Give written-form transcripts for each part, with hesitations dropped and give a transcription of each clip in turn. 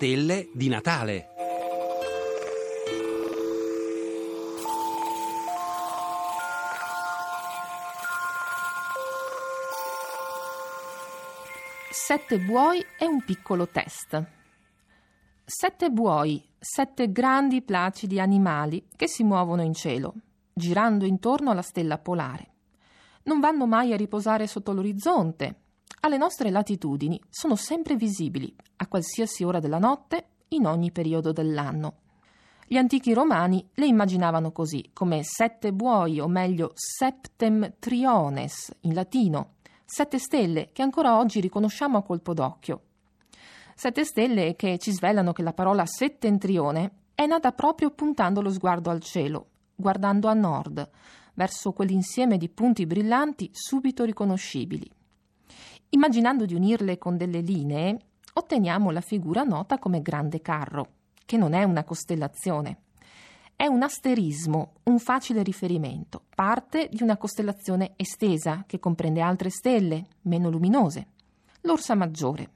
stelle di Natale. Sette buoi e un piccolo test. 7 buoi, 7 grandi placidi animali che si muovono in cielo, girando intorno alla stella polare. Non vanno mai a riposare sotto l'orizzonte. Alle nostre latitudini sono sempre visibili, a qualsiasi ora della notte, in ogni periodo dell'anno. Gli antichi romani le immaginavano così, come 7 buoi, o meglio septem triones in latino, 7 stelle che ancora oggi riconosciamo a colpo d'occhio. 7 stelle che ci svelano che la parola settentrione è nata proprio puntando lo sguardo al cielo, guardando a nord, verso quell'insieme di punti brillanti subito riconoscibili. Immaginando di unirle con delle linee, otteniamo la figura nota come Grande Carro, che non è una costellazione. È un asterismo, un facile riferimento, parte di una costellazione estesa che comprende altre stelle, meno luminose. L'Orsa Maggiore.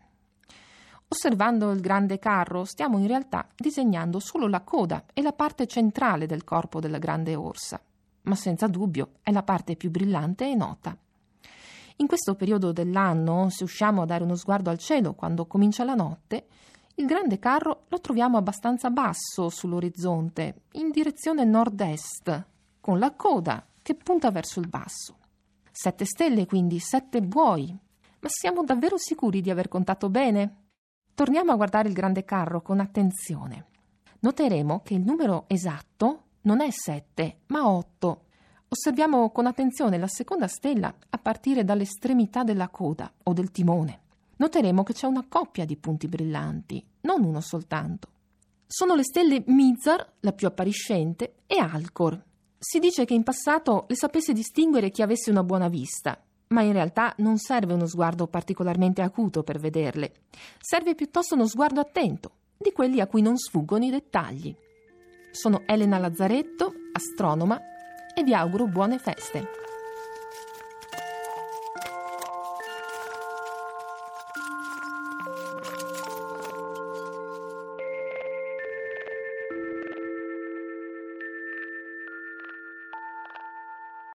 Osservando il Grande Carro stiamo in realtà disegnando solo la coda e la parte centrale del corpo della Grande Orsa, ma senza dubbio è la parte più brillante e nota. In questo periodo dell'anno, se usciamo a dare uno sguardo al cielo quando comincia la notte, il Grande Carro lo troviamo abbastanza basso sull'orizzonte, in direzione nord-est, con la coda che punta verso il basso. 7 stelle, quindi 7 buoi. Ma siamo davvero sicuri di aver contato bene? Torniamo a guardare il Grande Carro con attenzione. Noteremo che il numero esatto non è 7, ma 8. Osserviamo con attenzione la seconda stella a partire dall'estremità della coda o del timone. Noteremo che c'è una coppia di punti brillanti, non uno soltanto. Sono le stelle Mizar, la più appariscente, e Alcor. Si dice che in passato le sapesse distinguere chi avesse una buona vista, ma in realtà non serve uno sguardo particolarmente acuto per vederle. Serve piuttosto uno sguardo attento, di quelli a cui non sfuggono i dettagli. Sono Elena Lazzaretto, astronoma, e vi auguro buone feste.